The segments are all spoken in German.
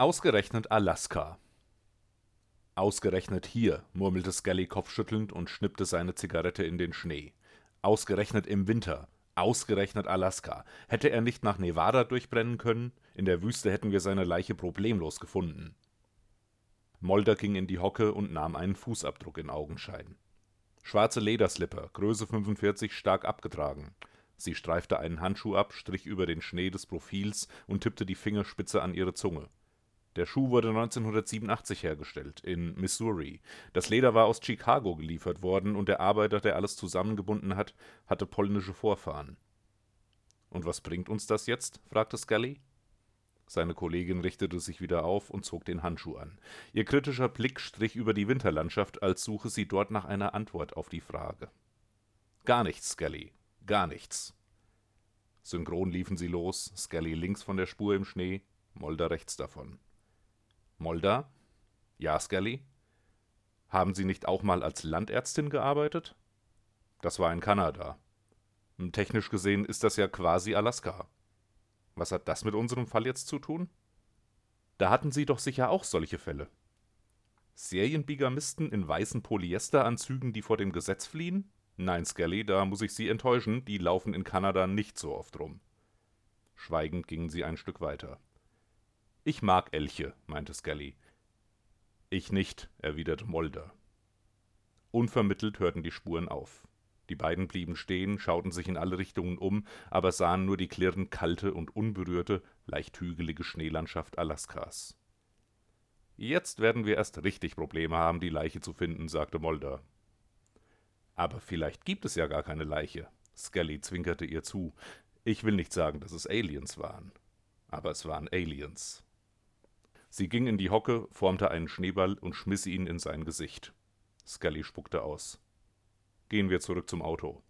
Ausgerechnet Alaska. Ausgerechnet hier, murmelte Scully kopfschüttelnd und schnippte seine Zigarette in den Schnee. Ausgerechnet im Winter. Ausgerechnet Alaska. Hätte er nicht nach Nevada durchbrennen können? In der Wüste hätten wir seine Leiche problemlos gefunden. Mulder ging in die Hocke und nahm einen Fußabdruck in Augenschein. Schwarze Lederslipper, Größe 45, stark abgetragen. Sie streifte einen Handschuh ab, strich über den Schnee des Profils und tippte die Fingerspitze an ihre Zunge. Der Schuh wurde 1987 hergestellt, in Missouri. Das Leder war aus Chicago geliefert worden und der Arbeiter, der alles zusammengebunden hat, hatte polnische Vorfahren. »Und was bringt uns das jetzt?« fragte Scully. Seine Kollegin richtete sich wieder auf und zog den Handschuh an. Ihr kritischer Blick strich über die Winterlandschaft, als suche sie dort nach einer Antwort auf die Frage. »Gar nichts, Scully, gar nichts.« Synchron liefen sie los, Scully links von der Spur im Schnee, Mulder rechts davon. »Mulder?« »Ja, Scully?« »Haben Sie nicht auch mal als Landärztin gearbeitet?« »Das war in Kanada.« »Technisch gesehen ist das ja quasi Alaska.« »Was hat das mit unserem Fall jetzt zu tun?« »Da hatten Sie doch sicher auch solche Fälle.« »Serienbigamisten in weißen Polyesteranzügen, die vor dem Gesetz fliehen?« »Nein, Scully, da muss ich Sie enttäuschen, die laufen in Kanada nicht so oft rum.« Schweigend gingen sie ein Stück weiter. »Ich mag Elche«, meinte Scully. »Ich nicht«, erwiderte Mulder. Unvermittelt hörten die Spuren auf. Die beiden blieben stehen, schauten sich in alle Richtungen um, aber sahen nur die klirrend kalte und unberührte, leicht hügelige Schneelandschaft Alaskas. »Jetzt werden wir erst richtig Probleme haben, die Leiche zu finden«, sagte Mulder. »Aber vielleicht gibt es ja gar keine Leiche«, Scully zwinkerte ihr zu. »Ich will nicht sagen, dass es Aliens waren. Aber es waren Aliens.« Sie ging in die Hocke, formte einen Schneeball und schmiss ihn in sein Gesicht. Scully spuckte aus. »Gehen wir zurück zum Auto.«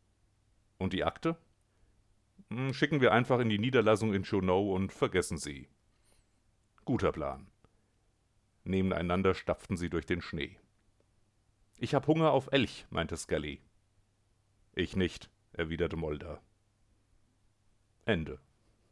»Und die Akte?« »Schicken wir einfach in die Niederlassung in Juneau und vergessen sie.« »Guter Plan.« Nebeneinander stapften sie durch den Schnee. »Ich hab Hunger auf Elch«, meinte Scully. »Ich nicht«, erwiderte Mulder. Ende.